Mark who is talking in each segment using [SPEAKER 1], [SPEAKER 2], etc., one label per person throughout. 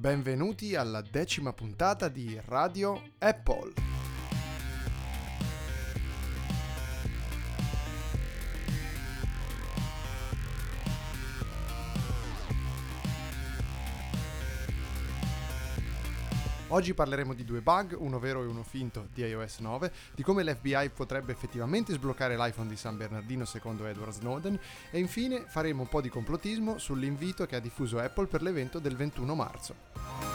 [SPEAKER 1] Benvenuti alla 10ª puntata di Radio Apple. Oggi parleremo di due bug, uno vero e uno finto, di iOS 9, di come l'FBI potrebbe effettivamente sbloccare l'iPhone di San Bernardino secondo Edward Snowden e infine faremo un po' di complottismo sull'invito che ha diffuso Apple per l'evento del 21 marzo.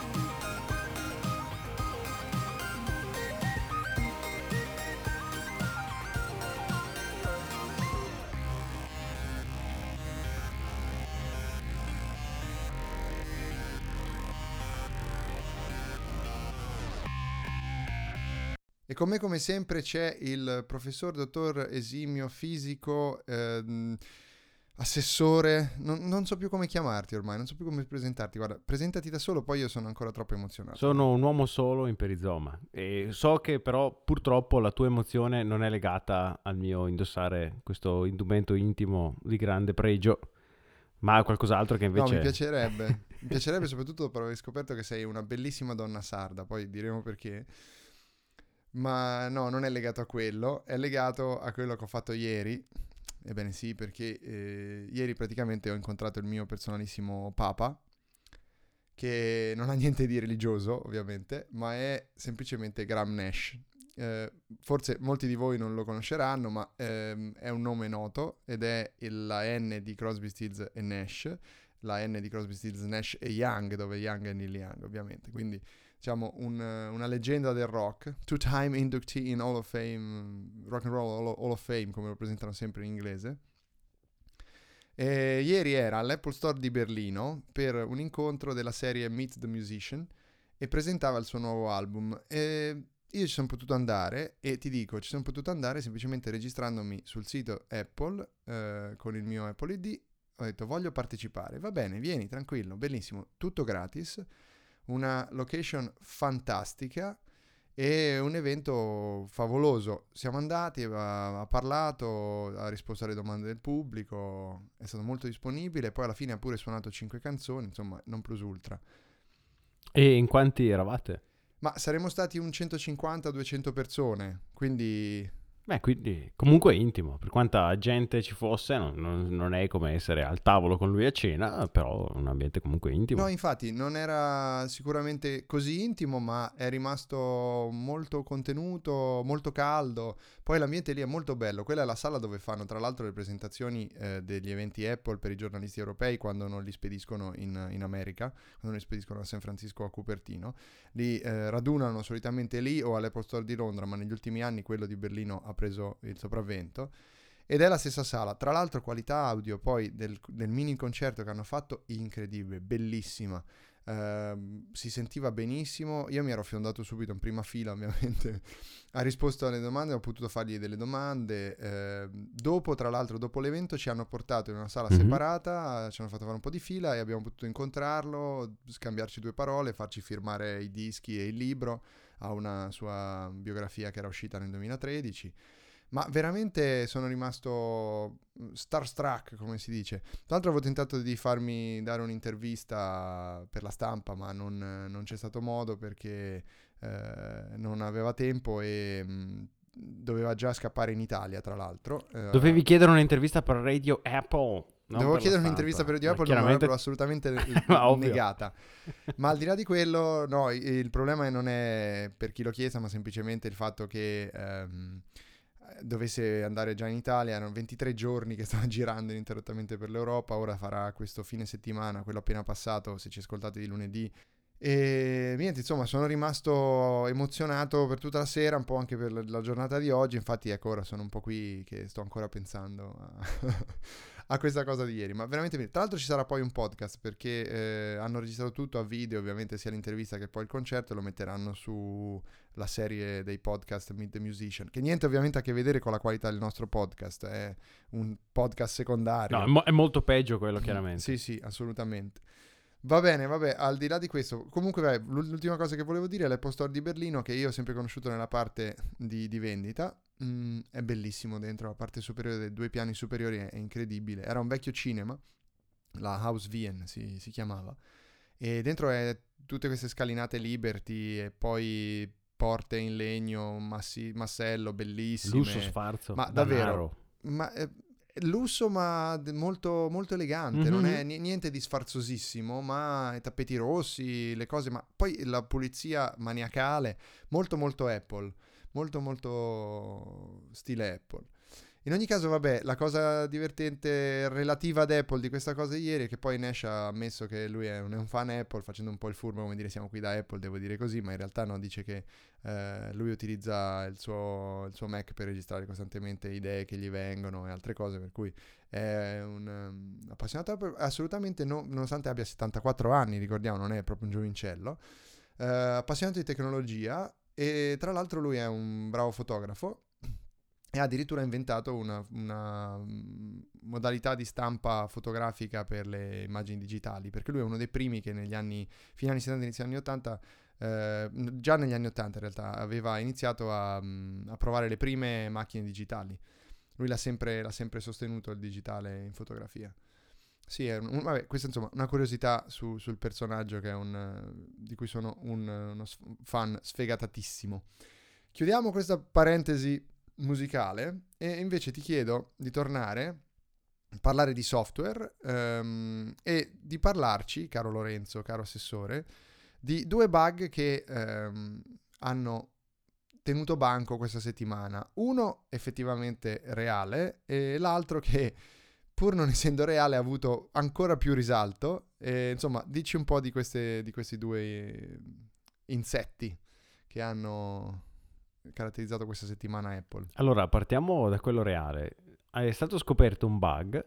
[SPEAKER 1] E con me come sempre c'è il professor dottor esimio fisico, assessore, non so più come chiamarti ormai, non so più come presentarti. Guarda, presentati da solo, poi io sono ancora troppo emozionato.
[SPEAKER 2] Sono un uomo solo in perizoma e so che però purtroppo la tua emozione non è legata al mio indossare questo indumento intimo di grande pregio, ma a qualcos'altro che invece...
[SPEAKER 1] No, mi piacerebbe. Mi piacerebbe soprattutto dopo aver scoperto che sei una bellissima donna sarda, poi diremo perché. Ma no, non è legato a quello, è legato a quello che ho fatto ieri. Ebbene sì, perché ieri praticamente ho incontrato il mio personalissimo papa, che non ha niente di religioso ovviamente, ma è semplicemente Graham Nash. Forse molti di voi non lo conosceranno, ma è un nome noto ed è la N di Crosby, Stills e Nash, la N di Crosby, Stills, Nash e Young, dove Young è Neil Young ovviamente, quindi diciamo una leggenda del rock, two-time inductee in Hall of Fame, Rock and Roll Hall of Fame, come lo presentano sempre in inglese. E ieri era all'Apple Store di Berlino per un incontro della serie Meet the Musician e presentava il suo nuovo album. E io ci sono potuto andare e ti dico, ci sono potuto andare semplicemente registrandomi sul sito Apple con il mio Apple ID. Ho detto voglio partecipare, va bene, vieni tranquillo, bellissimo, tutto gratis. Una location fantastica e un evento favoloso. Siamo andati, ha parlato, ha risposto alle domande del pubblico, è stato molto disponibile, poi alla fine ha pure suonato 5 canzoni, insomma, non plus ultra.
[SPEAKER 2] E in quanti eravate?
[SPEAKER 1] Ma saremmo stati un 150-200 persone, quindi...
[SPEAKER 2] Beh, quindi comunque intimo, per quanta gente ci fosse, non è come essere al tavolo con lui a cena, però un ambiente comunque intimo.
[SPEAKER 1] No, infatti non era sicuramente così intimo, ma è rimasto molto contenuto, molto caldo. Poi l'ambiente lì è molto bello. Quella è la sala dove fanno tra l'altro le presentazioni degli eventi Apple per i giornalisti europei quando non li spediscono in America, quando non li spediscono a San Francisco o a Cupertino. Li radunano solitamente lì o all'Apple Store di Londra, ma negli ultimi anni quello di Berlino ha preso il sopravvento. Ed è la stessa sala, tra l'altro qualità audio poi del mini concerto che hanno fatto incredibile, bellissima, si sentiva benissimo, io mi ero fiondato subito in prima fila ovviamente, ha risposto alle domande, ho potuto fargli delle domande, dopo tra l'altro dopo l'evento ci hanno portato in una sala separata, ci hanno fatto fare un po' di fila e abbiamo potuto incontrarlo, scambiarci due parole, farci firmare i dischi e il libro, a una sua biografia che era uscita nel 2013. Ma veramente sono rimasto starstruck, come si dice. Tra l'altro avevo tentato di farmi dare un'intervista per la stampa, ma non c'è stato modo perché non aveva tempo e doveva già scappare in Italia, tra l'altro.
[SPEAKER 2] Dovevi chiedere un'intervista per Radio Apple.
[SPEAKER 1] Dovevo chiedere un'intervista per Radio Apple, non me l'avrebbero assolutamente negata. Ma al di là di quello, no, il problema non è per chi l'ho chiesta, ma semplicemente il fatto che... dovesse andare già in Italia, erano 23 giorni che stava girando ininterrottamente per l'Europa, ora farà questo fine settimana, quello appena passato, se ci ascoltate di lunedì. E niente, insomma, sono rimasto emozionato per tutta la sera, un po' anche per la giornata di oggi, infatti ecco, ora sono un po' qui che sto ancora pensando a questa cosa di ieri, ma veramente bene. Tra l'altro ci sarà poi un podcast perché hanno registrato tutto a video, ovviamente sia l'intervista che poi il concerto, lo metteranno su la serie dei podcast Meet the Musician, che niente ovviamente ha a che vedere con la qualità del nostro podcast, è un podcast secondario.
[SPEAKER 2] No, è molto peggio quello, chiaramente.
[SPEAKER 1] Sì, sì, assolutamente. Va bene, vabbè, al di là di questo, comunque vabbè, l'ultima cosa che volevo dire è l'Apple Store di Berlino, che io ho sempre conosciuto nella parte di vendita, è bellissimo dentro, la parte superiore dei 2 piani superiori è incredibile, era un vecchio cinema, la Haus Wien si chiamava, e dentro è tutte queste scalinate Liberty e poi porte in legno, massello, bellissime.
[SPEAKER 2] Lusso, sfarzo,
[SPEAKER 1] Ma davvero,
[SPEAKER 2] danaro.
[SPEAKER 1] ma lusso ma molto, molto elegante, non è niente di sfarzosissimo, ma i tappeti rossi, le cose, ma poi la pulizia maniacale, molto molto Apple, molto molto stile Apple. In ogni caso, vabbè, la cosa divertente relativa ad Apple di questa cosa ieri è che poi Nash ha ammesso che lui è un fan Apple, facendo un po' il furbo, come dire siamo qui da Apple, devo dire così, ma in realtà no, dice che lui utilizza il suo Mac per registrare costantemente idee che gli vengono e altre cose, per cui è un appassionato assolutamente, nonostante abbia 74 anni, ricordiamo, non è proprio un giovincello, appassionato di tecnologia e tra l'altro lui è un bravo fotografo e ha addirittura inventato una modalità di stampa fotografica per le immagini digitali, perché lui è uno dei primi che fine anni 70, inizio anni 80, già negli anni 80 in realtà, aveva iniziato a provare le prime macchine digitali. Lui l'ha sempre sostenuto il digitale in fotografia. Sì, vabbè, questa insomma una curiosità sul personaggio che è di cui sono uno fan sfegatatissimo. Chiudiamo questa parentesi musicale e invece ti chiedo di tornare a parlare di software e di parlarci, caro Lorenzo, caro assessore, di due bug che hanno tenuto banco questa settimana. Uno effettivamente reale e l'altro che, pur non essendo reale, ha avuto ancora più risalto. Insomma, dici un po' di questi due insetti che hanno caratterizzato questa settimana Apple.
[SPEAKER 2] Allora, partiamo da quello reale. È stato scoperto un bug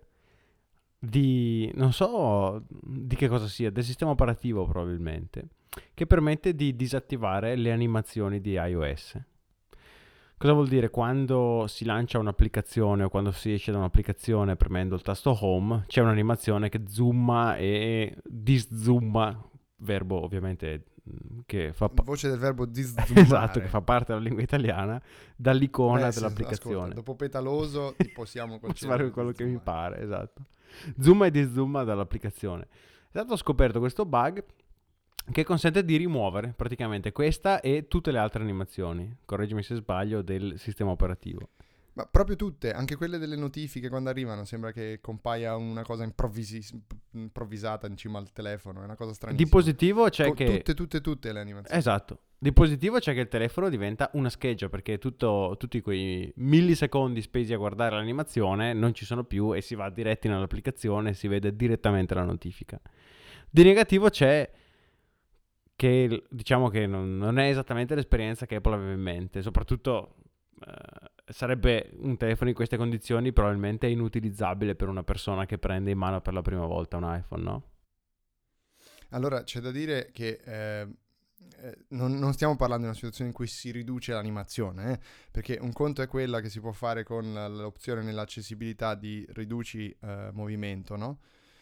[SPEAKER 2] non so di che cosa sia, del sistema operativo probabilmente, che permette di disattivare le animazioni di iOS. Cosa vuol dire? Quando si lancia un'applicazione o quando si esce da un'applicazione premendo il tasto home, c'è un'animazione che zooma e diszooma, verbo ovviamente che fa
[SPEAKER 1] voce del verbo diszoomare.
[SPEAKER 2] Esatto, che fa parte della lingua italiana, dall'icona dell'applicazione.
[SPEAKER 1] Ascolta, dopo petaloso ti possiamo concedere.
[SPEAKER 2] Posso fare quello che mi pare, esatto. Zooma e diszooma dall'applicazione. È stato scoperto questo bug che consente di rimuovere praticamente questa e tutte le altre animazioni, correggimi se sbaglio, del sistema operativo.
[SPEAKER 1] Ma proprio tutte, anche quelle delle notifiche quando arrivano, sembra che compaia una cosa improvvisata in cima al telefono, è una cosa stranissima.
[SPEAKER 2] Di positivo c'è che...
[SPEAKER 1] Tutte le animazioni.
[SPEAKER 2] Esatto. Di positivo c'è che il telefono diventa una scheggia, perché tutti quei millisecondi spesi a guardare l'animazione non ci sono più e si va diretti nell'applicazione e si vede direttamente la notifica. Di negativo c'è che diciamo che non è esattamente l'esperienza che Apple aveva in mente, soprattutto sarebbe un telefono in queste condizioni probabilmente inutilizzabile per una persona che prende in mano per la prima volta un iPhone, no?
[SPEAKER 1] Allora c'è da dire che non stiamo parlando di una situazione in cui si riduce l'animazione, perché un conto è quella che si può fare con l'opzione nell'accessibilità di riduci movimento, no?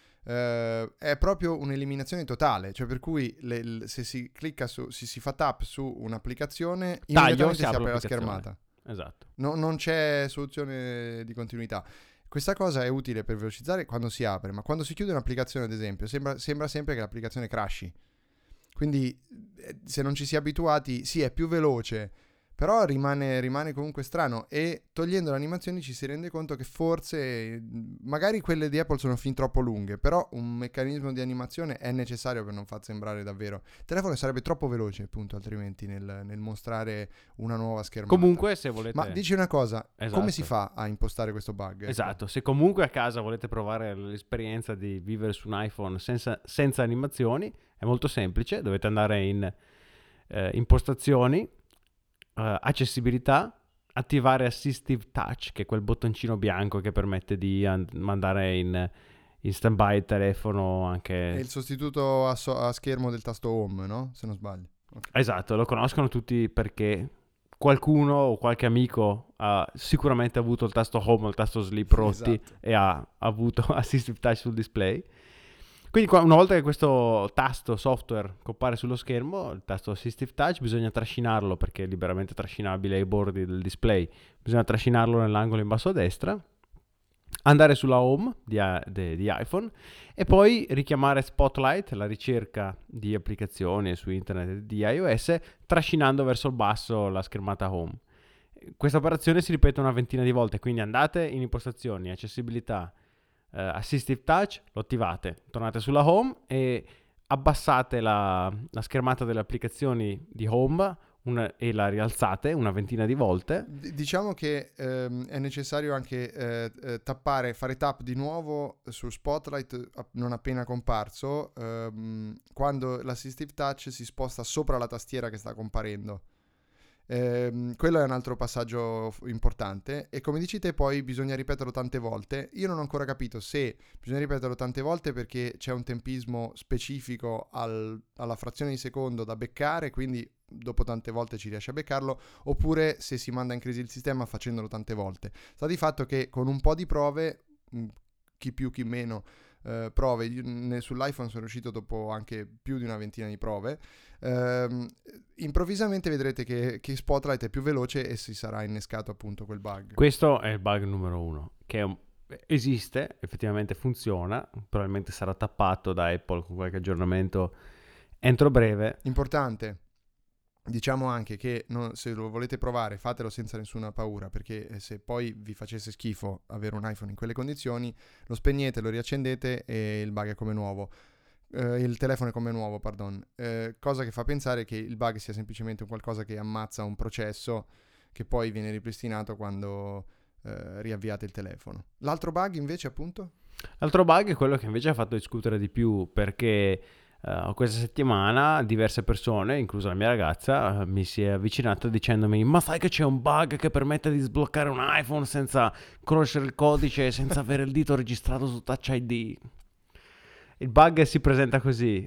[SPEAKER 1] È proprio un'eliminazione totale, cioè per cui se si clicca si fa tap su un'applicazione, immediatamente si apre la schermata.
[SPEAKER 2] Esatto.
[SPEAKER 1] Non c'è soluzione di continuità. Questa cosa è utile per velocizzare quando si apre, ma quando si chiude un'applicazione, ad esempio, sembra sempre che l'applicazione crashi. Quindi se non ci si è abituati, sì, è più veloce, però rimane comunque strano, e togliendo le animazioni ci si rende conto che forse magari quelle di Apple sono fin troppo lunghe, però un meccanismo di animazione è necessario per non far sembrare davvero. Il telefono sarebbe troppo veloce, appunto, altrimenti nel mostrare una nuova schermata.
[SPEAKER 2] Comunque, se volete...
[SPEAKER 1] Ma dici una cosa,
[SPEAKER 2] esatto.
[SPEAKER 1] Come si fa a impostare questo bug?
[SPEAKER 2] Esatto, se comunque a casa volete provare l'esperienza di vivere su un iPhone senza animazioni, è molto semplice, dovete andare in impostazioni, accessibilità, attivare Assistive Touch, che è quel bottoncino bianco che permette di mandare in stand-by il telefono anche...
[SPEAKER 1] È il sostituto a schermo del tasto home, no? Se non sbaglio.
[SPEAKER 2] Okay. Esatto, lo conoscono tutti perché qualcuno o qualche amico ha sicuramente avuto il tasto home o il tasto sleep rotti, esatto, e ha avuto Assistive Touch sul display. Quindi una volta che questo tasto software compare sullo schermo, il tasto Assistive Touch, bisogna trascinarlo, perché è liberamente trascinabile ai bordi del display, bisogna trascinarlo nell'angolo in basso a destra andare sulla home di iPhone e poi richiamare Spotlight, la ricerca di applicazioni su internet di iOS, trascinando verso il basso la schermata home. Questa operazione si ripete una ventina di volte, quindi andate in impostazioni, accessibilità, Assistive Touch, lo attivate, tornate sulla home e abbassate la schermata delle applicazioni di home e la rialzate una ventina di volte.
[SPEAKER 1] Diciamo che è necessario anche fare tap di nuovo su Spotlight non appena comparso, quando l'Assistive Touch si sposta sopra la tastiera che sta comparendo. Quello è un altro passaggio importante e come dici te poi bisogna ripeterlo tante volte. Io non ho ancora capito se bisogna ripeterlo tante volte perché c'è un tempismo specifico alla frazione di secondo da beccare, quindi dopo tante volte ci riesce a beccarlo, oppure se si manda in crisi il sistema facendolo tante volte. Sta di fatto che con un po' di prove, chi più chi meno prove, sull'iPhone sono riuscito dopo anche più di una ventina di prove, improvvisamente vedrete che Spotlight è più veloce e si sarà innescato appunto quel bug.
[SPEAKER 2] Questo è il bug numero 1, che esiste, effettivamente funziona, probabilmente sarà tappato da Apple con qualche aggiornamento entro breve.
[SPEAKER 1] Importante, diciamo anche che se lo volete provare fatelo senza nessuna paura, perché se poi vi facesse schifo avere un iPhone in quelle condizioni, lo spegnete, lo riaccendete e il bug è come nuovo. Il telefono è come nuovo, pardon. Cosa che fa pensare che il bug sia semplicemente un qualcosa che ammazza un processo che poi viene ripristinato quando riavviate il telefono. L'altro bug invece appunto?
[SPEAKER 2] L'altro bug è quello che invece ha fatto discutere di più, perché questa settimana diverse persone, inclusa la mia ragazza, mi si è avvicinata dicendomi: ma sai che c'è un bug che permette di sbloccare un iPhone senza conoscere il codice e senza avere il dito registrato su Touch ID? Il bug si presenta così: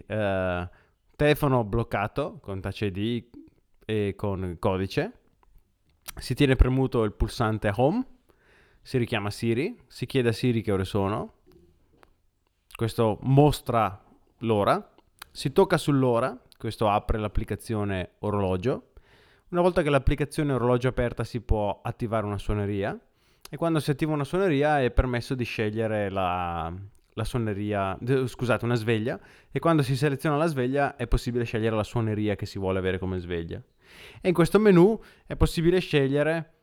[SPEAKER 2] telefono bloccato con Touch ID e con codice, si tiene premuto il pulsante Home, si richiama Siri, si chiede a Siri che ore sono, questo mostra l'ora, si tocca sull'ora, questo apre l'applicazione orologio. Una volta che l'applicazione orologio è aperta si può attivare una suoneria e quando si attiva una suoneria è permesso di scegliere la suoneria, scusate, una sveglia, e quando si seleziona la sveglia è possibile scegliere la suoneria che si vuole avere come sveglia. E in questo menu è possibile scegliere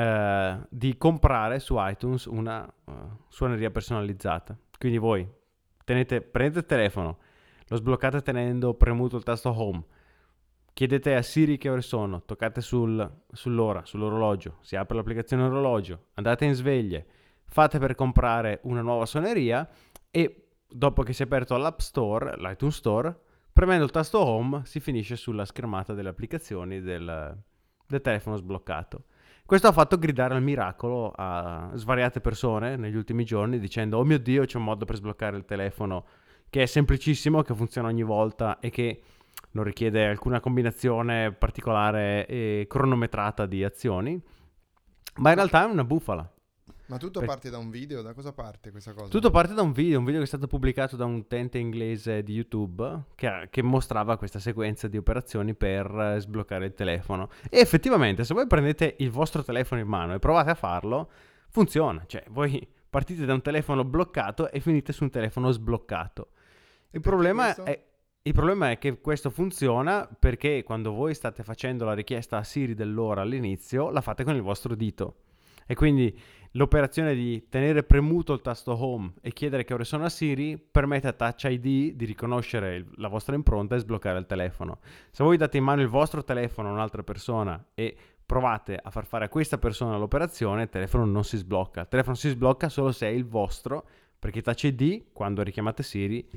[SPEAKER 2] di comprare su iTunes una suoneria personalizzata. Quindi voi prendete il telefono, lo sbloccate tenendo premuto il tasto Home, chiedete a Siri che ore sono, toccate sull'ora, sull'orologio, si apre l'applicazione orologio, andate in sveglie, fate per comprare una nuova suoneria e dopo che si è aperto l'App Store, l'iTunes Store, premendo il tasto Home si finisce sulla schermata delle applicazioni del telefono sbloccato. Questo ha fatto gridare al miracolo a svariate persone negli ultimi giorni dicendo: oh mio Dio, c'è un modo per sbloccare il telefono che è semplicissimo, che funziona ogni volta e che non richiede alcuna combinazione particolare e cronometrata di azioni, ma in realtà è una bufala.
[SPEAKER 1] Ma tutto parte da un video? Da cosa parte questa cosa?
[SPEAKER 2] Tutto parte da un video che è stato pubblicato da un utente inglese di YouTube che mostrava questa sequenza di operazioni per sbloccare il telefono. E effettivamente, se voi prendete il vostro telefono in mano e provate a farlo, funziona. Cioè, voi partite da un telefono bloccato e finite su un telefono sbloccato. Il problema è che questo funziona perché quando voi state facendo la richiesta a Siri dell'ora all'inizio, la fate con il vostro dito. E quindi l'operazione di tenere premuto il tasto Home e chiedere che ore sono a Siri permette a Touch ID di riconoscere la vostra impronta e sbloccare il telefono. Se voi date in mano il vostro telefono a un'altra persona e provate a far fare a questa persona l'operazione, il telefono non si sblocca. Il telefono si sblocca solo se è il vostro, perché Touch ID, quando richiamate Siri,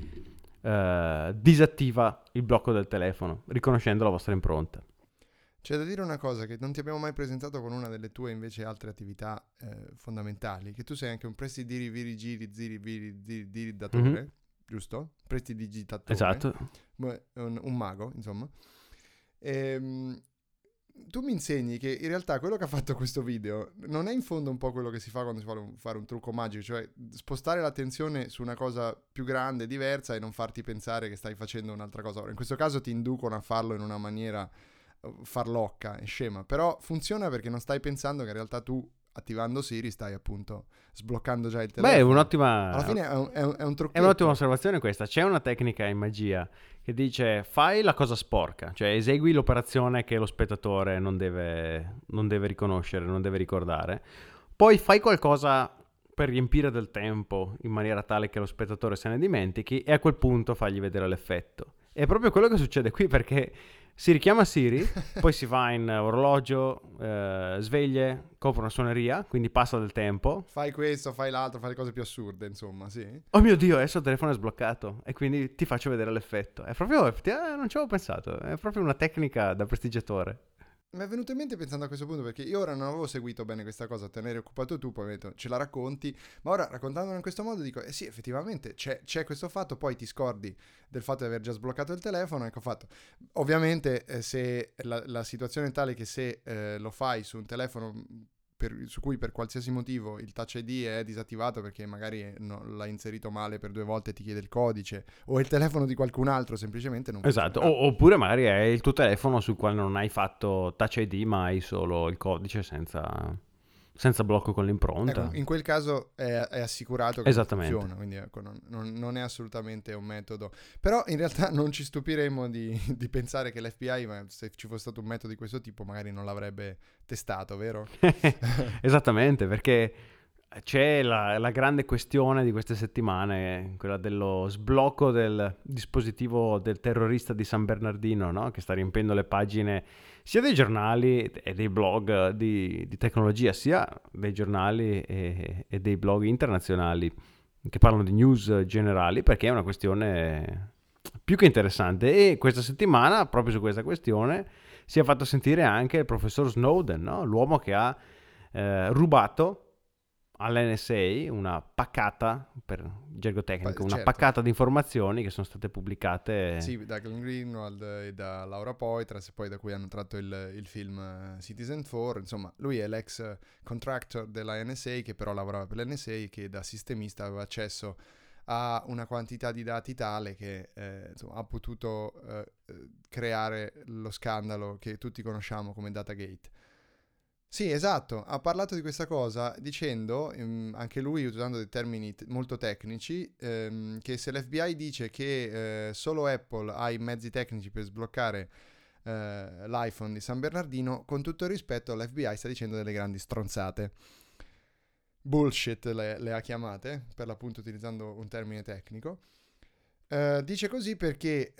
[SPEAKER 2] disattiva il blocco del telefono, riconoscendo la vostra impronta.
[SPEAKER 1] C'è da dire una cosa che non ti abbiamo mai presentato con una delle tue invece altre attività fondamentali, che tu sei anche un prestidigitatore, giusto? Prestidigitatore.
[SPEAKER 2] Esatto.
[SPEAKER 1] Un mago, insomma. Tu mi insegni che in realtà quello che ha fatto questo video non è in fondo un po' quello che si fa quando si vuole fare un trucco magico, cioè spostare l'attenzione su una cosa più grande, diversa e non farti pensare che stai facendo un'altra cosa. Ora, in questo caso ti inducono a farlo in una maniera farlocca e scema, però funziona perché non stai pensando che in realtà tu attivando Siri stai appunto sbloccando già il
[SPEAKER 2] Beh, è
[SPEAKER 1] telefono.
[SPEAKER 2] un'ottima...
[SPEAKER 1] Alla fine è un trucchetto.
[SPEAKER 2] È un'ottima osservazione questa. C'è una tecnica in magia che dice fai la cosa sporca, cioè esegui l'operazione che lo spettatore non deve riconoscere, non deve ricordare. Poi fai qualcosa per riempire del tempo in maniera tale che lo spettatore se ne dimentichi e a quel punto fagli vedere l'effetto. È proprio quello che succede qui, perché si richiama Siri, poi si va in orologio, sveglie, compra una suoneria, quindi passa del tempo.
[SPEAKER 1] Fai questo, fai l'altro, fai le cose più assurde, insomma, sì.
[SPEAKER 2] Oh mio Dio, adesso il telefono è sbloccato e quindi ti faccio vedere l'effetto. È proprio, non ci avevo pensato, è proprio una tecnica da prestigiatore.
[SPEAKER 1] Mi è venuto in mente pensando a questo punto, perché io ora non avevo seguito bene questa cosa, te ne eri occupato tu, poi mi hai detto, ce la racconti, ma ora raccontandola in questo modo dico, sì, effettivamente c'è questo fatto, poi ti scordi del fatto di aver già sbloccato il telefono, ecco fatto. Ovviamente se la situazione è tale che se lo fai su un telefono su cui per qualsiasi motivo il Touch ID è disattivato perché magari l'ha inserito male per 2 volte e ti chiede il codice, o il telefono di qualcun altro semplicemente non
[SPEAKER 2] Esatto,
[SPEAKER 1] funzionerà.
[SPEAKER 2] oppure magari è il tuo telefono sul quale non hai fatto Touch ID ma hai solo il codice senza blocco con l'impronta.
[SPEAKER 1] Ecco, in quel caso è assicurato che non
[SPEAKER 2] Esattamente.
[SPEAKER 1] funziona, quindi ecco, non è assolutamente un metodo. Però in realtà non ci stupiremo di pensare che l'FBI, ma se ci fosse stato un metodo di questo tipo, magari non l'avrebbe testato, vero?
[SPEAKER 2] Esattamente, perché c'è la grande questione di queste settimane, quella dello sblocco del dispositivo del terrorista di San Bernardino, no? Che sta riempiendo le pagine sia dei giornali e dei blog di tecnologia, sia dei giornali e dei blog internazionali che parlano di news generali, perché è una questione più che interessante. E questa settimana, proprio su questa questione, si è fatto sentire anche il professor Snowden, no? L'uomo che ha rubato all'NSA una paccata, per gergo tecnico, una
[SPEAKER 1] Certo.
[SPEAKER 2] paccata di informazioni che sono state pubblicate.
[SPEAKER 1] Sì, da Glenn Greenwald e da Laura Poitras, e poi da cui hanno tratto il film Citizen 4. Insomma, lui è l'ex contractor della NSA, che però lavorava per l'NSA, che da sistemista aveva accesso a una quantità di dati tale che insomma, ha potuto creare lo scandalo che tutti conosciamo come Datagate. Sì, esatto, ha parlato di questa cosa dicendo, anche lui usando dei termini molto tecnici, che se l'FBI dice che solo Apple ha i mezzi tecnici per sbloccare l'iPhone di San Bernardino, con tutto il rispetto l'FBI sta dicendo delle grandi stronzate. Bullshit le ha chiamate, per l'appunto utilizzando un termine tecnico. Dice così perché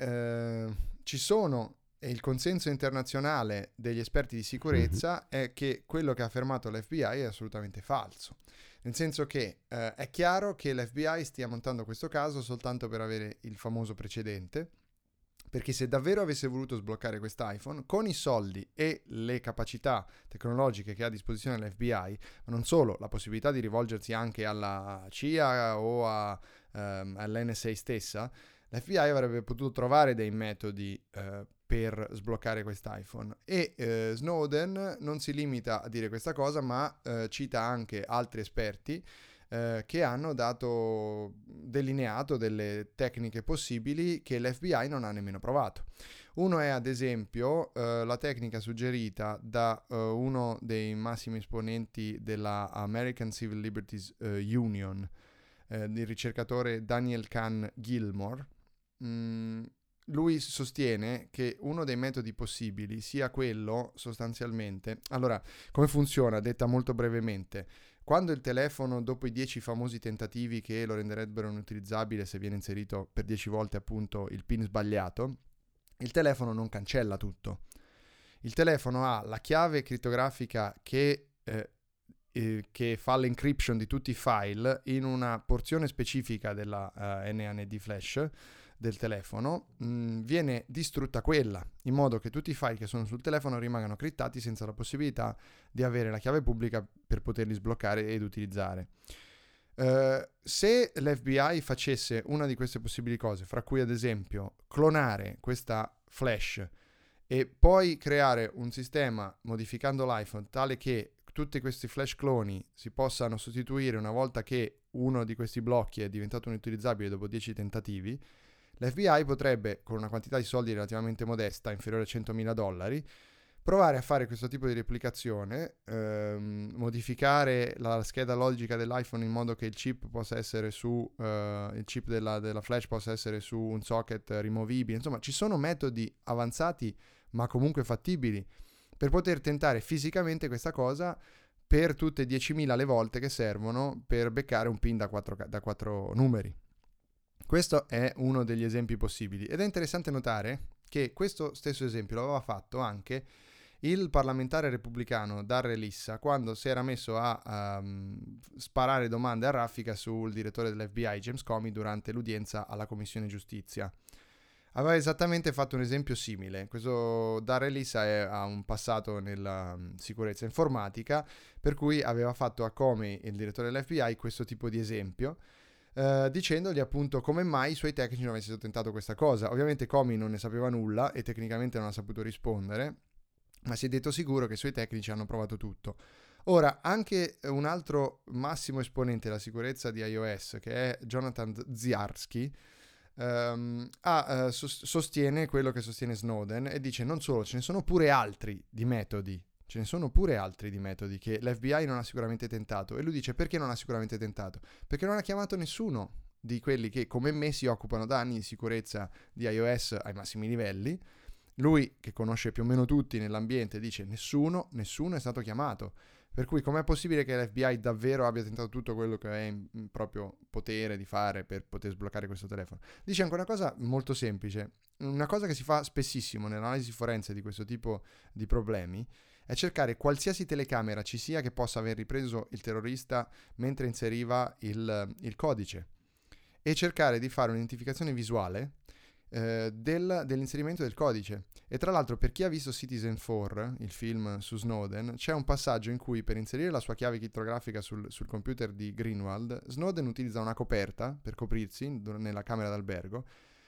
[SPEAKER 1] ci sono... E il consenso internazionale degli esperti di sicurezza è che quello che ha affermato l'FBI è assolutamente falso. Nel senso che è chiaro che l'FBI stia montando questo caso soltanto per avere il famoso precedente, perché se davvero avesse voluto sbloccare quest'iPhone, con i soldi e le capacità tecnologiche che ha a disposizione l'FBI, ma non solo, la possibilità di rivolgersi anche alla CIA o all'NSA stessa, l'FBI avrebbe potuto trovare dei metodi per sbloccare quest'iPhone. E Snowden non si limita a dire questa cosa, ma cita anche altri esperti che hanno delineato delle tecniche possibili che l'FBI non ha nemmeno provato. Uno è ad esempio la tecnica suggerita da uno dei massimi esponenti della American Civil Liberties Union, il ricercatore Daniel Kahn Gilmore. Lui sostiene che uno dei metodi possibili sia quello sostanzialmente... Allora, come funziona? Detta molto brevemente, quando il telefono, dopo i 10 famosi tentativi che lo renderebbero inutilizzabile se viene inserito per 10 volte appunto il PIN sbagliato, il telefono non cancella tutto. Il telefono ha la chiave crittografica che fa l'encryption di tutti i file in una porzione specifica della NAND flash del telefono, viene distrutta quella, in modo che tutti i file che sono sul telefono rimangano criptati senza la possibilità di avere la chiave pubblica per poterli sbloccare ed utilizzare. Se l'FBI facesse una di queste possibili cose, fra cui ad esempio clonare questa flash e poi creare un sistema modificando l'iPhone tale che tutti questi flash cloni si possano sostituire una volta che uno di questi blocchi è diventato inutilizzabile dopo 10 tentativi, l'FBI potrebbe, con una quantità di soldi relativamente modesta, inferiore a $100.000, provare a fare questo tipo di replicazione, modificare la scheda logica dell'iPhone in modo che il chip possa essere il chip della flash possa essere su un socket rimovibile. Insomma, ci sono metodi avanzati ma comunque fattibili per poter tentare fisicamente questa cosa per tutte 10.000 le volte che servono per beccare un PIN da 4 numeri. Questo è uno degli esempi possibili ed è interessante notare che questo stesso esempio lo aveva fatto anche il parlamentare repubblicano Darrell Issa quando si era messo a sparare domande a raffica sul direttore dell'FBI James Comey durante l'udienza alla Commissione Giustizia. Aveva esattamente fatto un esempio simile. Questo Darrell Issa ha un passato nella sicurezza informatica, per cui aveva fatto a Comey, il direttore dell'FBI, questo tipo di esempio, dicendogli appunto come mai i suoi tecnici non avessero tentato questa cosa. Ovviamente Comey non ne sapeva nulla e tecnicamente non ha saputo rispondere, ma si è detto sicuro che i suoi tecnici hanno provato tutto. Ora, anche un altro massimo esponente della sicurezza di iOS, che è Jonathan Ziarski, sostiene quello che sostiene Snowden e dice non solo, ce ne sono pure altri di metodi che l'FBI non ha sicuramente tentato. E lui dice perché non ha sicuramente tentato? Perché non ha chiamato nessuno di quelli che come me si occupano da anni di sicurezza di iOS ai massimi livelli. Lui, che conosce più o meno tutti nell'ambiente, dice nessuno è stato chiamato. Per cui com'è possibile che l'FBI davvero abbia tentato tutto quello che è in proprio potere di fare per poter sbloccare questo telefono? Dice anche una cosa molto semplice, una cosa che si fa spessissimo nell'analisi forense di questo tipo di problemi è cercare qualsiasi telecamera ci sia che possa aver ripreso il terrorista mentre inseriva il codice e cercare di fare un'identificazione visuale dell'inserimento del codice. E tra l'altro, per chi ha visto Citizen4, il film su Snowden, c'è un passaggio in cui per inserire la sua chiave crittografica sul computer di Greenwald, Snowden utilizza una coperta per coprirsi nella camera d'albergo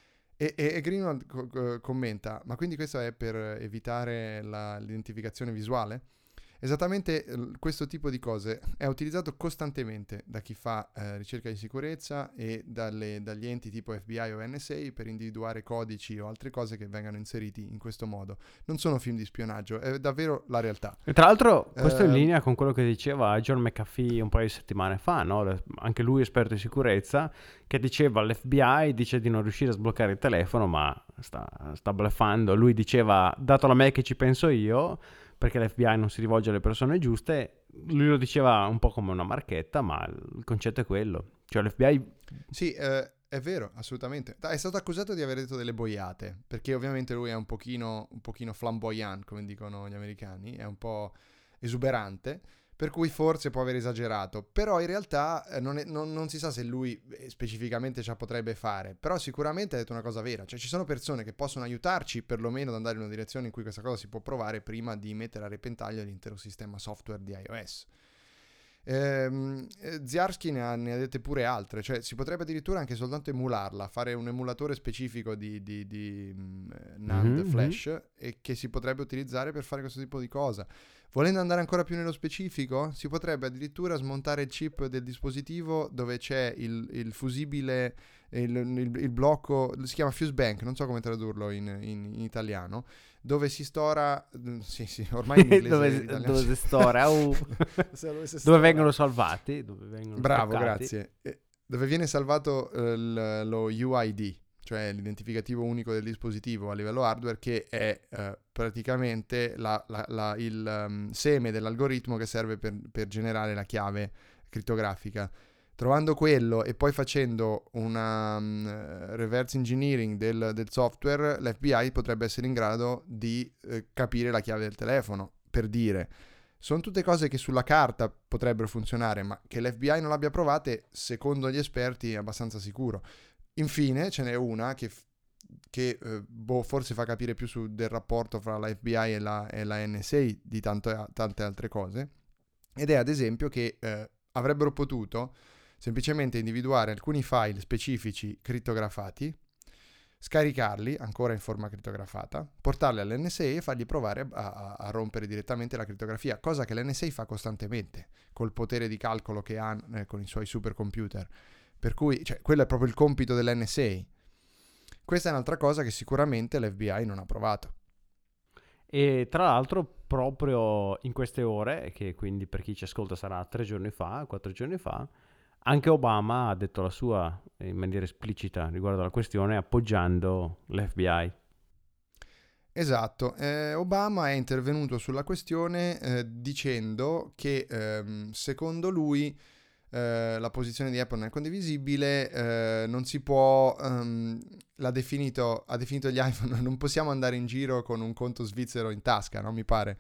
[SPEAKER 1] e Greenwald commenta: ma quindi questo è per evitare l'identificazione visuale? Esattamente questo tipo di cose è utilizzato costantemente da chi fa ricerca di sicurezza e dagli enti tipo FBI o NSA per individuare codici o altre cose che vengano inseriti in questo modo. Non sono film di spionaggio, è davvero la realtà.
[SPEAKER 2] E tra l'altro questo è in linea con quello che diceva John McAfee un paio di settimane fa, no? Anche lui esperto di sicurezza, che diceva l'FBI dice di non riuscire a sbloccare il telefono, ma sta bluffando. Lui diceva datelo a me che ci penso io, perché l'FBI non si rivolge alle persone giuste. Lui lo diceva un po' come una marchetta, ma il concetto è quello. Cioè l'FBI...
[SPEAKER 1] Sì, è vero, assolutamente. È stato accusato di aver detto delle boiate, perché ovviamente lui è un pochino flamboyant, come dicono gli americani, è un po' esuberante, per cui forse può aver esagerato. Però in realtà non si sa se lui specificamente ce la potrebbe fare, però sicuramente ha detto una cosa vera. Cioè ci sono persone che possono aiutarci perlomeno ad andare in una direzione in cui questa cosa si può provare prima di mettere a repentaglio l'intero sistema software di iOS. Ziarski ne ha dette pure altre, cioè si potrebbe addirittura anche soltanto emularla, fare un emulatore specifico di NAND flash e che si potrebbe utilizzare per fare questo tipo di cosa. Volendo andare ancora più nello specifico, si potrebbe addirittura smontare il chip del dispositivo dove c'è il fusibile, il blocco, si chiama fuse bank, non so come tradurlo in italiano, dove si stora, sì, ormai in inglese
[SPEAKER 2] dove si stora, dove vengono salvati,
[SPEAKER 1] bravo,
[SPEAKER 2] stoccati.
[SPEAKER 1] Grazie, dove viene salvato lo UID, cioè l'identificativo unico del dispositivo a livello hardware, che è praticamente il seme dell'algoritmo che serve per generare la chiave crittografica. Trovando quello e poi facendo una reverse engineering del software, l'FBI potrebbe essere in grado di capire la chiave del telefono, per dire. Sono tutte cose che sulla carta potrebbero funzionare, ma che l'FBI non l'abbia provate, secondo gli esperti, è abbastanza sicuro. Infine, ce n'è una che forse fa capire più del rapporto fra la FBI e la NSA di tante altre cose, ed è ad esempio che avrebbero potuto semplicemente individuare alcuni file specifici crittografati, scaricarli ancora in forma crittografata, portarli all'NSA e fargli provare a rompere direttamente la crittografia, cosa che l'NSA fa costantemente col potere di calcolo che ha con i suoi supercomputer. Per cui, cioè, quello è proprio il compito dell'NSA. Questa è un'altra cosa che sicuramente l'FBI non ha provato.
[SPEAKER 2] E tra l'altro proprio in queste ore, che quindi per chi ci ascolta sarà 3 giorni fa, 4 giorni fa, anche Obama ha detto la sua in maniera esplicita riguardo alla questione, appoggiando l'FBI.
[SPEAKER 1] Esatto, Obama è intervenuto sulla questione dicendo che secondo lui la posizione di Apple non è condivisibile, non si può, ha definito gli iPhone, non possiamo andare in giro con un conto svizzero in tasca, no? Mi pare.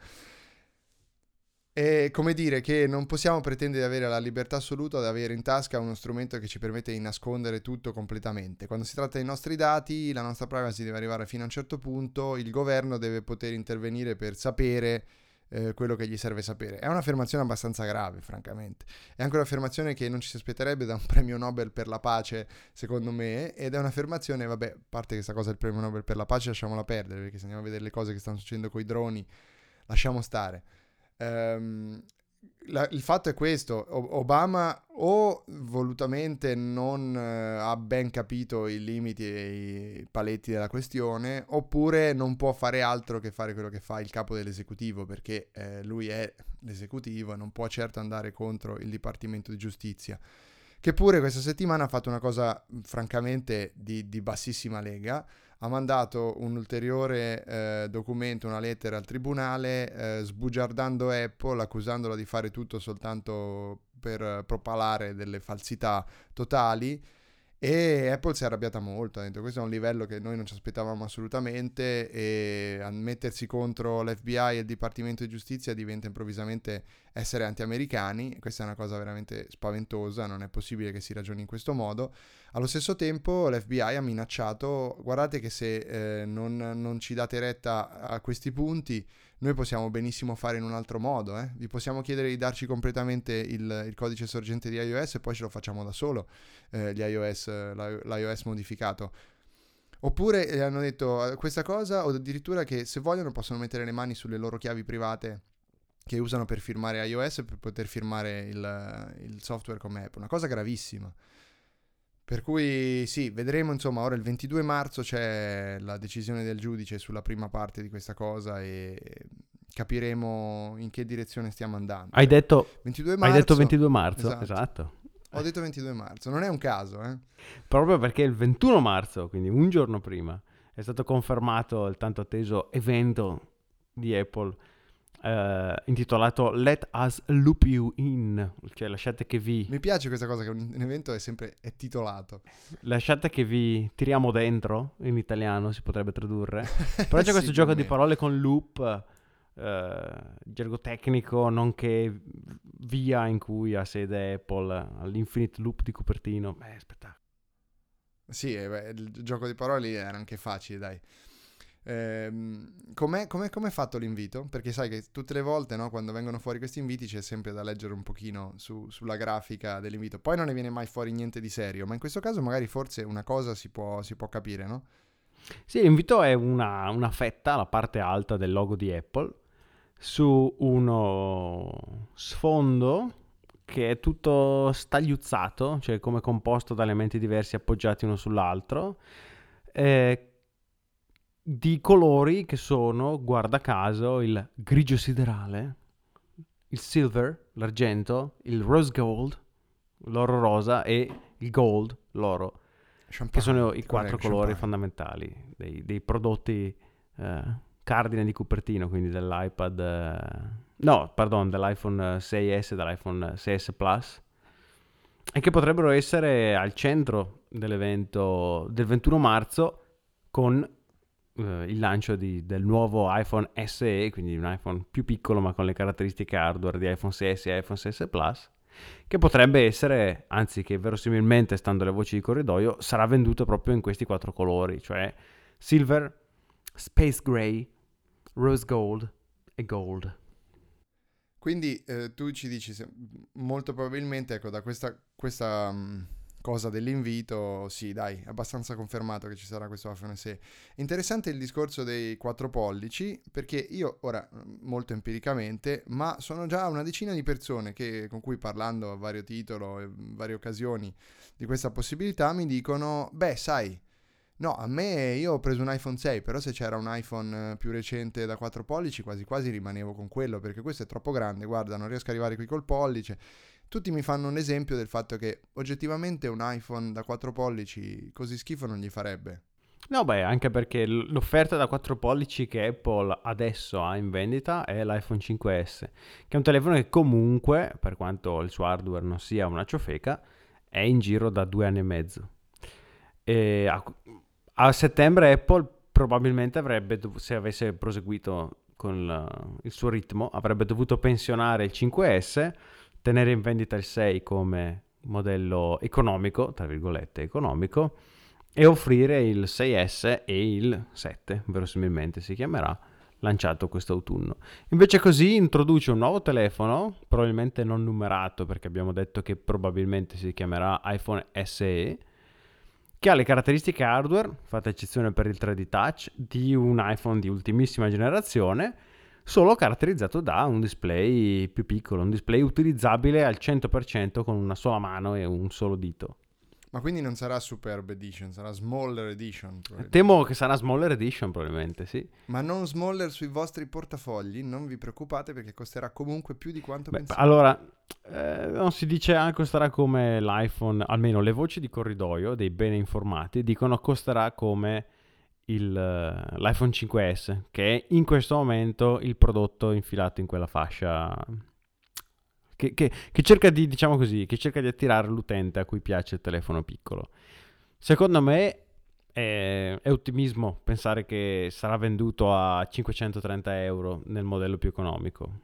[SPEAKER 1] È come dire che non possiamo pretendere di avere la libertà assoluta di avere in tasca uno strumento che ci permette di nascondere tutto completamente. Quando si tratta dei nostri dati, la nostra privacy deve arrivare fino a un certo punto, il governo deve poter intervenire per sapere quello che gli serve sapere. È un'affermazione abbastanza grave, francamente. È anche un'affermazione che non ci si aspetterebbe da un premio Nobel per la pace, secondo me, ed è un'affermazione, vabbè, a parte che questa cosa del premio Nobel per la pace lasciamola perdere, perché se andiamo a vedere le cose che stanno succedendo con i droni, lasciamo stare. Ehm, il fatto è questo, Obama o volutamente non ha ben capito i limiti e i paletti della questione, oppure non può fare altro che fare quello che fa il capo dell'esecutivo, perché lui è l'esecutivo e non può certo andare contro il Dipartimento di Giustizia, che pure questa settimana ha fatto una cosa francamente di bassissima lega. Ha mandato un ulteriore documento, una lettera al tribunale, sbugiardando Apple, accusandola di fare tutto soltanto per propalare delle falsità totali. E Apple si è arrabbiata molto, ha detto questo è un livello che noi non ci aspettavamo assolutamente, e a mettersi contro l'FBI e il Dipartimento di Giustizia diventa improvvisamente essere anti-americani. Questa è una cosa veramente spaventosa, non è possibile che si ragioni in questo modo. Allo stesso tempo l'FBI ha minacciato, guardate che se non ci date retta a questi punti, noi possiamo benissimo fare in un altro modo. Vi possiamo chiedere di darci completamente il codice sorgente di iOS e poi ce lo facciamo da solo, l'iOS modificato. Oppure hanno detto questa cosa, o addirittura che se vogliono possono mettere le mani sulle loro chiavi private che usano per firmare iOS per poter firmare il software come Apple. Una cosa gravissima. Per cui sì, vedremo, insomma, ora il 22 marzo c'è la decisione del giudice sulla prima parte di questa cosa e capiremo in che direzione stiamo andando.
[SPEAKER 2] Hai detto,
[SPEAKER 1] 22
[SPEAKER 2] hai detto
[SPEAKER 1] marzo,
[SPEAKER 2] 22 marzo,
[SPEAKER 1] esatto.
[SPEAKER 2] esatto.
[SPEAKER 1] Ho detto 22 marzo, non è un caso, eh?
[SPEAKER 2] Proprio perché il 21 marzo, quindi un giorno prima, è stato confermato il tanto atteso evento di Apple intitolato Let Us Loop You In, cioè lasciate che
[SPEAKER 1] Mi piace questa cosa che un evento è titolato.
[SPEAKER 2] tiriamo dentro, in italiano si potrebbe tradurre. Però c'è
[SPEAKER 1] Sì,
[SPEAKER 2] questo
[SPEAKER 1] più o
[SPEAKER 2] gioco di
[SPEAKER 1] meno.
[SPEAKER 2] parole con loop, gergo tecnico, nonché via in cui ha sede Apple, all'Infinite Loop di Cupertino. Spettacolo.
[SPEAKER 1] Sì, il gioco di parole era anche facile, dai. Com'è fatto l'invito? Perché sai che tutte le volte, no, quando vengono fuori questi inviti c'è sempre da leggere un pochino sulla grafica dell'invito. Poi non ne viene mai fuori niente di serio, ma in questo caso magari forse una cosa si può capire, no?
[SPEAKER 2] Sì, l'invito è una fetta, la parte alta del logo di Apple, su uno sfondo che è tutto stagliuzzato, cioè come composto da elementi diversi appoggiati uno sull'altro, eh, di colori che sono, guarda caso, il grigio siderale, il silver, l'argento, il rose gold, l'oro rosa e il gold, l'oro, che sono
[SPEAKER 1] Champagne,
[SPEAKER 2] i
[SPEAKER 1] cos'è?
[SPEAKER 2] quattro colori
[SPEAKER 1] Champagne.
[SPEAKER 2] fondamentali dei prodotti cardine di Cupertino, quindi dell'iPad, no, pardon, dell'iPhone 6S e dell'iPhone 6S Plus, e che potrebbero essere al centro dell'evento del 21 marzo con il lancio del nuovo iPhone SE, quindi un iPhone più piccolo ma con le caratteristiche hardware di iPhone 6S e iPhone 6S Plus, che potrebbe essere, anzi che verosimilmente, stando alle voci di corridoio, sarà venduto proprio in questi quattro colori, cioè silver, space gray, rose gold e gold.
[SPEAKER 1] Quindi tu ci dici, molto probabilmente, ecco, da questa cosa dell'invito, sì, dai, è abbastanza confermato che ci sarà questo iPhone SE. Interessante il discorso dei 4 pollici, perché io ora, molto empiricamente, ma sono già una decina di persone con cui parlando a vario titolo e in varie occasioni di questa possibilità mi dicono, beh, sai, No, a me, io ho preso un iPhone 6, però se c'era un iPhone più recente da 4 pollici, quasi quasi rimanevo con quello, perché questo è troppo grande, guarda, non riesco a arrivare qui col pollice. Tutti mi fanno un esempio del fatto che oggettivamente un iPhone da 4 pollici così schifo non gli farebbe.
[SPEAKER 2] No, beh, anche perché l'offerta da 4 pollici che Apple adesso ha in vendita è l'iPhone 5S, che è un telefono che comunque, per quanto il suo hardware non sia una ciofeca, è in giro da 2 anni e mezzo. E a settembre Apple probabilmente avrebbe, se avesse proseguito con il suo ritmo, avrebbe dovuto pensionare il 5S, tenere in vendita il 6 come modello economico, tra virgolette economico, e offrire il 6S e il 7, verosimilmente si chiamerà, lanciato quest'autunno. Invece così introduce un nuovo telefono, probabilmente non numerato perché abbiamo detto che probabilmente si chiamerà iPhone SE, che ha le caratteristiche hardware, fatta eccezione per il 3D Touch, di un iPhone di ultimissima generazione, solo caratterizzato da un display più piccolo, un display utilizzabile al 100% con una sola mano e un solo dito.
[SPEAKER 1] Ma quindi non sarà Superb Edition, sarà Smaller Edition.
[SPEAKER 2] Temo che sarà Smaller Edition probabilmente, sì.
[SPEAKER 1] Ma non smaller sui vostri portafogli, non vi preoccupate perché costerà comunque più di quanto pensate.
[SPEAKER 2] Allora, non si dice costerà come l'iPhone, almeno le voci di corridoio dei bene informati dicono costerà come l'iPhone 5S, che è in questo momento il prodotto infilato in quella fascia che cerca di, diciamo così, che cerca di attirare l'utente a cui piace il telefono piccolo. Secondo me è ottimismo pensare che sarà venduto a 530 euro nel modello più economico.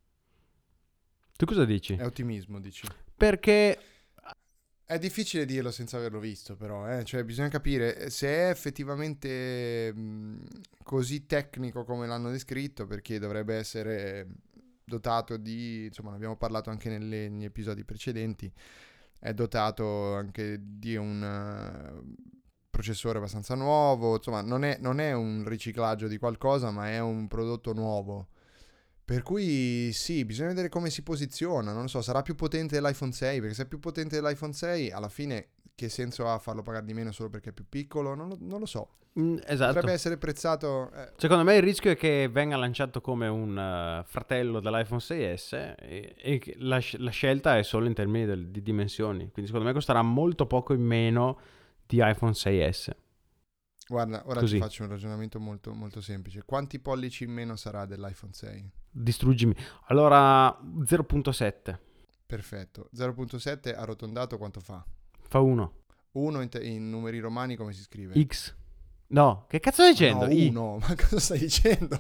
[SPEAKER 2] Tu cosa dici?
[SPEAKER 1] È ottimismo, dici?
[SPEAKER 2] Perché
[SPEAKER 1] È difficile dirlo senza averlo visto, però, cioè bisogna capire se è effettivamente così tecnico come l'hanno descritto, perché dovrebbe essere dotato di, insomma, ne abbiamo parlato anche negli episodi precedenti, è dotato anche di un processore abbastanza nuovo, insomma, non è un riciclaggio di qualcosa, ma è un prodotto nuovo. Per cui sì, bisogna vedere come si posiziona, non lo so, sarà più potente dell'iPhone 6, perché se è più potente dell'iPhone 6, alla fine che senso ha farlo pagare di meno solo perché è più piccolo? Non lo so.
[SPEAKER 2] esatto.
[SPEAKER 1] Potrebbe essere prezzato...
[SPEAKER 2] Secondo me il rischio è che venga lanciato come un fratello dell'iPhone 6S e che la scelta è solo in termini di dimensioni. Quindi secondo me costerà molto poco in meno di iPhone 6S.
[SPEAKER 1] Guarda, ora
[SPEAKER 2] Così.
[SPEAKER 1] ti faccio un ragionamento molto, molto semplice. Quanti pollici in meno sarà dell'iPhone 6?
[SPEAKER 2] Distruggimi. Allora 0.7.
[SPEAKER 1] Perfetto. 0.7 arrotondato quanto fa?
[SPEAKER 2] Fa 1.
[SPEAKER 1] 1 in numeri romani come si scrive?
[SPEAKER 2] X. No, che cazzo stai dicendo?
[SPEAKER 1] No, 1. Ma cosa stai dicendo?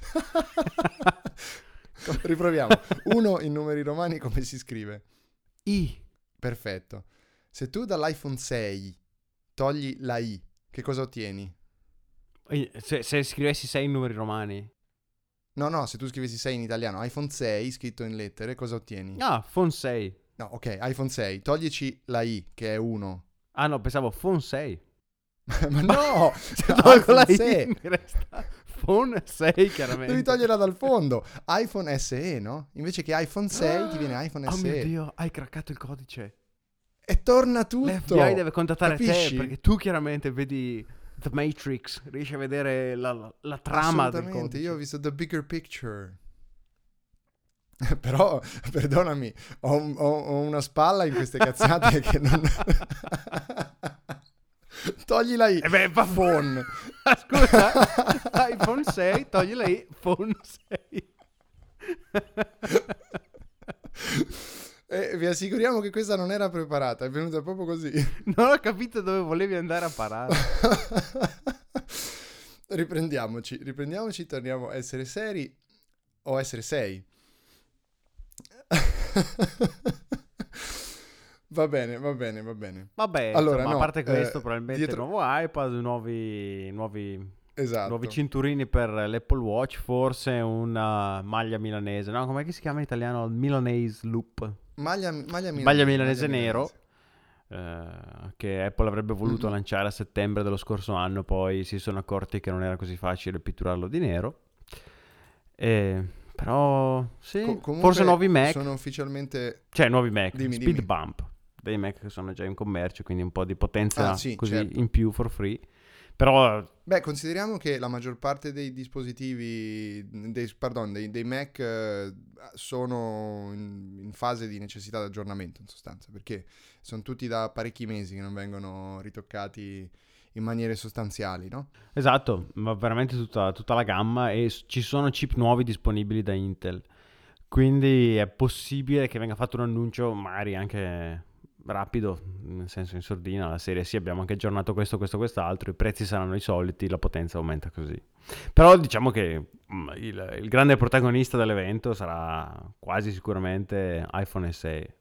[SPEAKER 1] Riproviamo. 1 in numeri romani come si scrive?
[SPEAKER 2] I.
[SPEAKER 1] Perfetto. Se tu dall'iPhone 6 togli la I, che cosa ottieni?
[SPEAKER 2] Se scrivessi 6 numeri romani.
[SPEAKER 1] No, se tu scrivessi 6 in italiano, iPhone 6 scritto in lettere, cosa ottieni?
[SPEAKER 2] Ah, phone 6.
[SPEAKER 1] No, ok, iPhone 6, toglici la I, che è 1.
[SPEAKER 2] Ah no, pensavo phone 6.
[SPEAKER 1] Ma no!
[SPEAKER 2] Se tolgo la I
[SPEAKER 1] 6.
[SPEAKER 2] mi resta phone 6 chiaramente.
[SPEAKER 1] Devi toglierla dal fondo. iPhone SE, no? Invece che iPhone 6 ti viene iPhone
[SPEAKER 2] Oh
[SPEAKER 1] SE.
[SPEAKER 2] mio Dio, hai craccato il codice.
[SPEAKER 1] E torna tutto.
[SPEAKER 2] L'FBI deve contattare
[SPEAKER 1] capisci?
[SPEAKER 2] te perché tu chiaramente vedi The Matrix, riesci a vedere la trama del
[SPEAKER 1] Assolutamente,
[SPEAKER 2] codice.
[SPEAKER 1] io ho visto the bigger picture. Però, perdonami, ho una spalla in queste cazzate che non... Togli la I.
[SPEAKER 2] Va
[SPEAKER 1] phone.
[SPEAKER 2] Scusa, iPhone 6, togli la I, phone 6.
[SPEAKER 1] Vi assicuriamo che questa non era preparata, è venuta proprio così.
[SPEAKER 2] Non ho capito dove volevi andare a parare.
[SPEAKER 1] Riprendiamoci, torniamo a essere seri o essere sei. Va bene.
[SPEAKER 2] Vabbè,
[SPEAKER 1] Allora,
[SPEAKER 2] insomma,
[SPEAKER 1] no,
[SPEAKER 2] a parte questo, probabilmente
[SPEAKER 1] dietro-
[SPEAKER 2] nuovo iPad, nuovi
[SPEAKER 1] Esatto.
[SPEAKER 2] cinturini per l'Apple Watch, forse una maglia milanese, no? Com'è che si chiama in italiano? Milanese Loop.
[SPEAKER 1] Maglia
[SPEAKER 2] Milanese nero, che Apple avrebbe voluto lanciare a settembre dello scorso anno, poi si sono accorti che non era così facile pitturarlo di nero. Però, sì,
[SPEAKER 1] Comunque
[SPEAKER 2] forse nuovi Mac.
[SPEAKER 1] sono ufficialmente...
[SPEAKER 2] Cioè, nuovi Mac,
[SPEAKER 1] Dimmi.
[SPEAKER 2] Speed Bump, dei Mac che sono già in commercio, quindi un po' di potenza
[SPEAKER 1] sì,
[SPEAKER 2] così
[SPEAKER 1] certo.
[SPEAKER 2] in più for free. Però
[SPEAKER 1] Beh, consideriamo che la maggior parte dei dispositivi, dei Mac sono in fase di necessità di aggiornamento in sostanza, perché sono tutti da parecchi mesi che non vengono ritoccati in maniere sostanziali, no?
[SPEAKER 2] esatto, ma veramente tutta la gamma, e ci sono chip nuovi disponibili da Intel. Quindi è possibile che venga fatto un annuncio magari anche rapido, nel senso in sordina, la serie sì, abbiamo anche aggiornato questo, questo, quest'altro, i prezzi saranno i soliti, la potenza aumenta così. Però diciamo che il grande protagonista dell'evento sarà quasi sicuramente iPhone SE.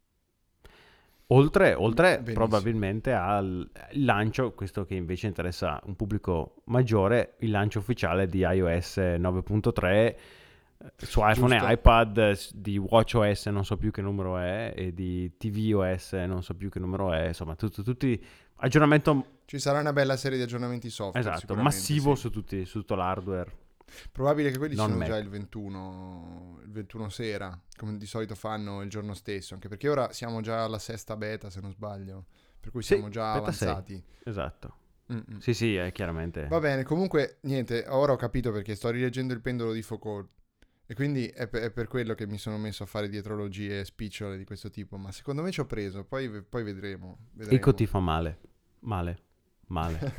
[SPEAKER 2] Oltre
[SPEAKER 1] Benissimo.
[SPEAKER 2] probabilmente al lancio, questo che invece interessa un pubblico maggiore, il lancio ufficiale di iOS 9.3 su iPhone
[SPEAKER 1] Giusto.
[SPEAKER 2] e iPad, di WatchOS non so più che numero è, e di tvOS non so più che numero è, insomma tutti aggiornamento,
[SPEAKER 1] Ci sarà una bella serie di aggiornamenti software,
[SPEAKER 2] esatto,
[SPEAKER 1] sicuramente,
[SPEAKER 2] massivo
[SPEAKER 1] sì.
[SPEAKER 2] su tutto l'hardware,
[SPEAKER 1] Probabile che quelli
[SPEAKER 2] non
[SPEAKER 1] siano già
[SPEAKER 2] Mac.
[SPEAKER 1] il 21 sera, come di solito fanno il giorno stesso, anche perché ora siamo già alla sesta beta, se non sbaglio, per cui
[SPEAKER 2] Sì,
[SPEAKER 1] siamo già
[SPEAKER 2] beta 6,
[SPEAKER 1] avanzati.
[SPEAKER 2] esatto.
[SPEAKER 1] Mm-mm.
[SPEAKER 2] Sì, è chiaramente.
[SPEAKER 1] Va bene, comunque, niente, ora ho capito perché sto rileggendo il pendolo di Foucault e quindi è per quello che mi sono messo a fare dietrologie spicciole di questo tipo, ma secondo me ci ho preso, poi vedremo.
[SPEAKER 2] Ico ti fa male, male.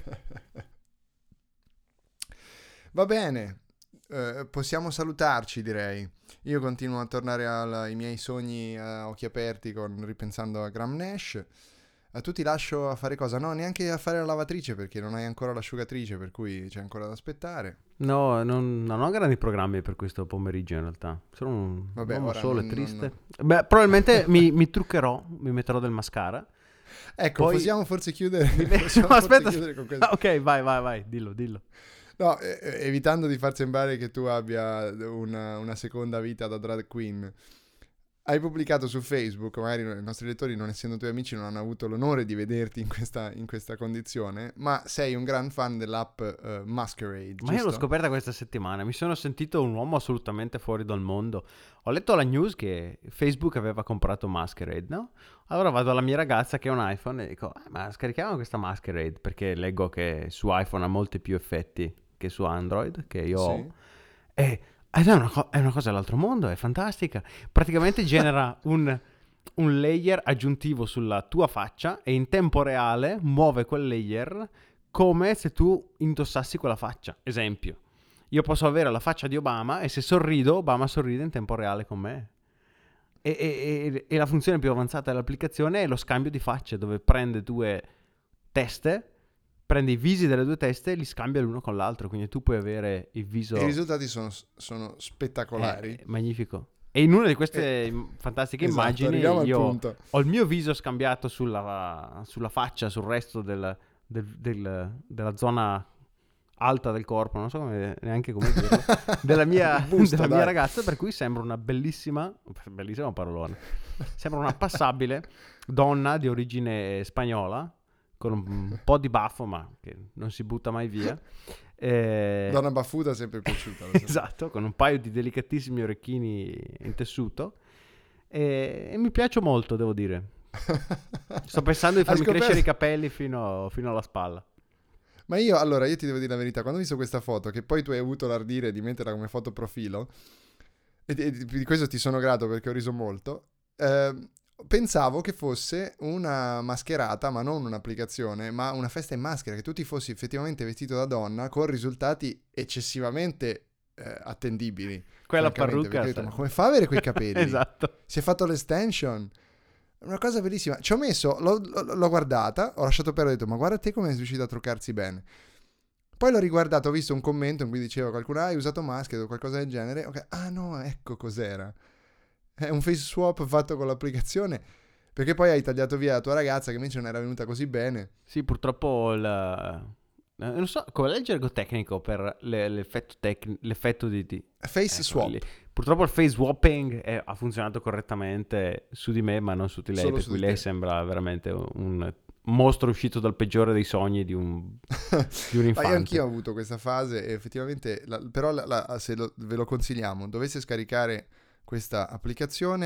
[SPEAKER 1] Va bene, possiamo salutarci, direi. Io continuo a tornare ai miei sogni a occhi aperti ripensando a Graham Nash. A tu ti lascio a fare cosa? No, neanche a fare la lavatrice perché non hai ancora l'asciugatrice, per cui c'è ancora da aspettare.
[SPEAKER 2] No, non ho grandi programmi per questo pomeriggio in realtà. Sono un
[SPEAKER 1] Vabbè,
[SPEAKER 2] uomo
[SPEAKER 1] ora
[SPEAKER 2] solo e triste. Beh, probabilmente mi truccherò, mi metterò del mascara.
[SPEAKER 1] Ecco,
[SPEAKER 2] Poi
[SPEAKER 1] possiamo forse chiudere,
[SPEAKER 2] No, aspetta.
[SPEAKER 1] con questo.
[SPEAKER 2] Ok, vai, dillo.
[SPEAKER 1] No, evitando di far sembrare che tu abbia una seconda vita da drag queen. Hai pubblicato su Facebook, magari i nostri lettori, non essendo tuoi amici, non hanno avuto l'onore di vederti in questa condizione, ma sei un gran fan dell'app Masquerade,
[SPEAKER 2] Ma io l'ho
[SPEAKER 1] giusto?
[SPEAKER 2] scoperta questa settimana, mi sono sentito un uomo assolutamente fuori dal mondo. Ho letto la news che Facebook aveva comprato Masquerade, no? Allora vado alla mia ragazza che ha un iPhone e dico, ma scarichiamo questa Masquerade, perché leggo che su iPhone ha molti più effetti che su Android, che io ho.
[SPEAKER 1] Sì.
[SPEAKER 2] Ed è una cosa dell'altro mondo, è fantastica. Praticamente genera un layer aggiuntivo sulla tua faccia e in tempo reale muove quel layer come se tu indossassi quella faccia. Esempio, io posso avere la faccia di Obama e se sorrido, Obama sorride in tempo reale con me. E la funzione più avanzata dell'applicazione è lo scambio di facce, dove prende due teste, prende i visi delle due teste e li scambia l'uno con l'altro, quindi tu puoi avere il viso.
[SPEAKER 1] E i risultati sono spettacolari.
[SPEAKER 2] Magnifico. E in una di queste
[SPEAKER 1] E-
[SPEAKER 2] fantastiche
[SPEAKER 1] esatto,
[SPEAKER 2] immagini
[SPEAKER 1] arriviamo al
[SPEAKER 2] io
[SPEAKER 1] punto.
[SPEAKER 2] ho il mio viso scambiato sulla faccia, sul resto della zona alta del corpo, non so neanche come dirlo, della mia,
[SPEAKER 1] Il busto,
[SPEAKER 2] della mia
[SPEAKER 1] dai.
[SPEAKER 2] ragazza, per cui sembra una bellissima parolone, sembra una passabile donna di origine spagnola, con un po' di baffo, ma che non si butta mai via.
[SPEAKER 1] Donna baffuta è sempre piaciuta. Lo so.
[SPEAKER 2] Esatto, con un paio di delicatissimi orecchini in tessuto. E mi piace molto, devo dire. Sto pensando di
[SPEAKER 1] Hai
[SPEAKER 2] farmi crescere i
[SPEAKER 1] scoperto?
[SPEAKER 2] capelli fino alla spalla.
[SPEAKER 1] Ma io ti devo dire la verità, quando ho visto questa foto, che poi tu hai avuto l'ardire di metterla come foto profilo, e di questo ti sono grato perché ho riso molto, pensavo che fosse una mascherata, ma non un'applicazione, ma una festa in maschera, che tu ti fossi effettivamente vestito da donna con risultati eccessivamente attendibili,
[SPEAKER 2] Quella
[SPEAKER 1] francamente, perché
[SPEAKER 2] parrucca.
[SPEAKER 1] ho detto, ma come fa a avere quei capelli?
[SPEAKER 2] Esatto.
[SPEAKER 1] Si è fatto l'extension? Una cosa bellissima. Ci ho messo, l'ho guardata, ho lasciato perdere, ho detto, ma guarda te come è riuscito a truccarsi bene. Poi l'ho riguardato, ho visto un commento in cui diceva qualcuno, hai usato maschera o qualcosa del genere. Ok, ah no, ecco cos'era. È un face swap fatto con l'applicazione, perché poi hai tagliato via la tua ragazza che invece non era venuta così bene.
[SPEAKER 2] Sì, purtroppo non so, qual è il gergo tecnico per l'effetto di
[SPEAKER 1] Face
[SPEAKER 2] ecco
[SPEAKER 1] swap,
[SPEAKER 2] lì. Purtroppo il face swapping ha funzionato correttamente su di me, ma non su di lei,
[SPEAKER 1] solo
[SPEAKER 2] per
[SPEAKER 1] su
[SPEAKER 2] cui
[SPEAKER 1] di
[SPEAKER 2] lei
[SPEAKER 1] te.
[SPEAKER 2] sembra veramente un mostro uscito dal peggiore dei sogni di un
[SPEAKER 1] Ma io
[SPEAKER 2] infante.
[SPEAKER 1] anch'io ho avuto questa fase e effettivamente, però se ve lo consigliamo, dovesse scaricare questa applicazione,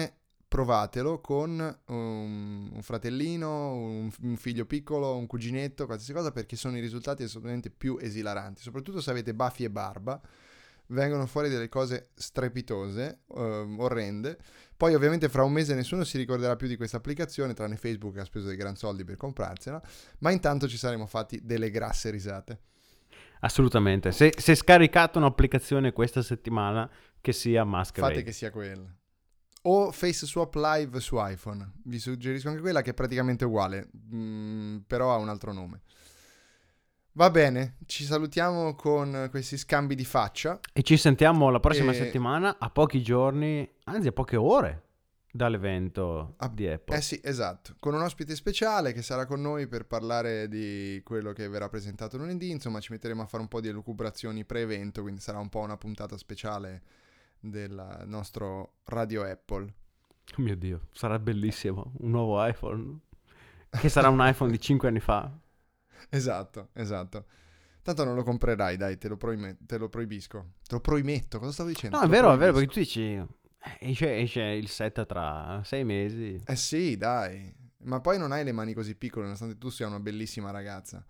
[SPEAKER 1] provatelo con un fratellino, un figlio piccolo, un cuginetto, qualsiasi cosa, perché sono i risultati assolutamente più esilaranti, soprattutto se avete baffi e barba. Vengono fuori delle cose strepitose, orrende. Poi ovviamente fra un mese nessuno si ricorderà più di questa applicazione, tranne Facebook che ha speso dei gran soldi per comprarsela, ma intanto ci saremo fatti delle grasse risate.
[SPEAKER 2] Assolutamente. Se scaricate un'applicazione questa settimana, che sia Masquerade.
[SPEAKER 1] Fate che sia quella. O Face Swap Live su iPhone. Vi suggerisco anche quella, che è praticamente uguale, però ha un altro nome. Va bene, ci salutiamo con questi scambi di faccia.
[SPEAKER 2] E ci sentiamo la prossima settimana, a pochi giorni, anzi a poche ore dall'evento di Apple.
[SPEAKER 1] Sì, esatto, con un ospite speciale che sarà con noi per parlare di quello che verrà presentato lunedì. Insomma, ci metteremo a fare un po' di elucubrazioni pre-evento, quindi sarà un po' una puntata speciale del nostro Radio Apple.
[SPEAKER 2] Oh mio Dio, sarà bellissimo, un nuovo iPhone, che sarà un iPhone di 5 anni fa.
[SPEAKER 1] Esatto. Tanto non lo comprerai, dai, te lo proibisco. Te lo proimetto, cosa stavo dicendo?
[SPEAKER 2] No, è vero, perché tu dici, esce il 7 tra 6 mesi.
[SPEAKER 1] Sì, dai, ma poi non hai le mani così piccole, nonostante tu sia una bellissima ragazza.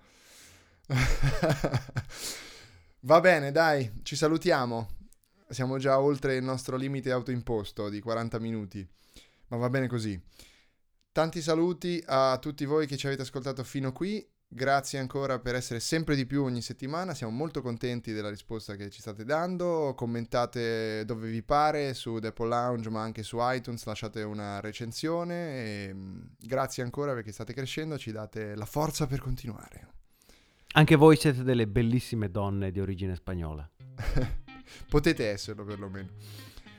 [SPEAKER 1] Va bene, dai, ci salutiamo. Siamo già oltre il nostro limite autoimposto di 40 minuti, ma va bene così. Tanti saluti a tutti voi che ci avete ascoltato fino qui. Grazie ancora per essere sempre di più ogni settimana, siamo molto contenti della risposta che ci state dando. Commentate dove vi pare, su The Apple Lounge ma anche su iTunes, lasciate una recensione e grazie ancora perché state crescendo, ci date la forza per continuare.
[SPEAKER 2] Anche voi siete delle bellissime donne di origine spagnola.
[SPEAKER 1] Potete esserlo perlomeno.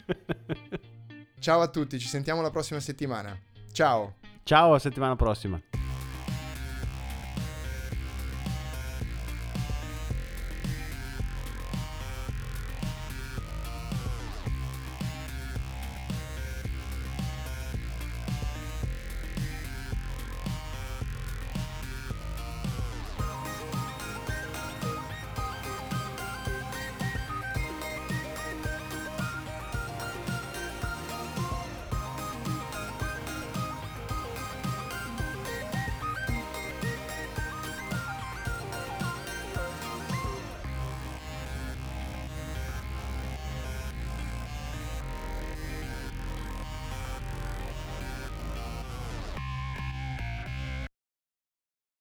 [SPEAKER 1] Ciao a tutti, ci sentiamo la prossima settimana. Ciao.
[SPEAKER 2] Ciao, a settimana prossima.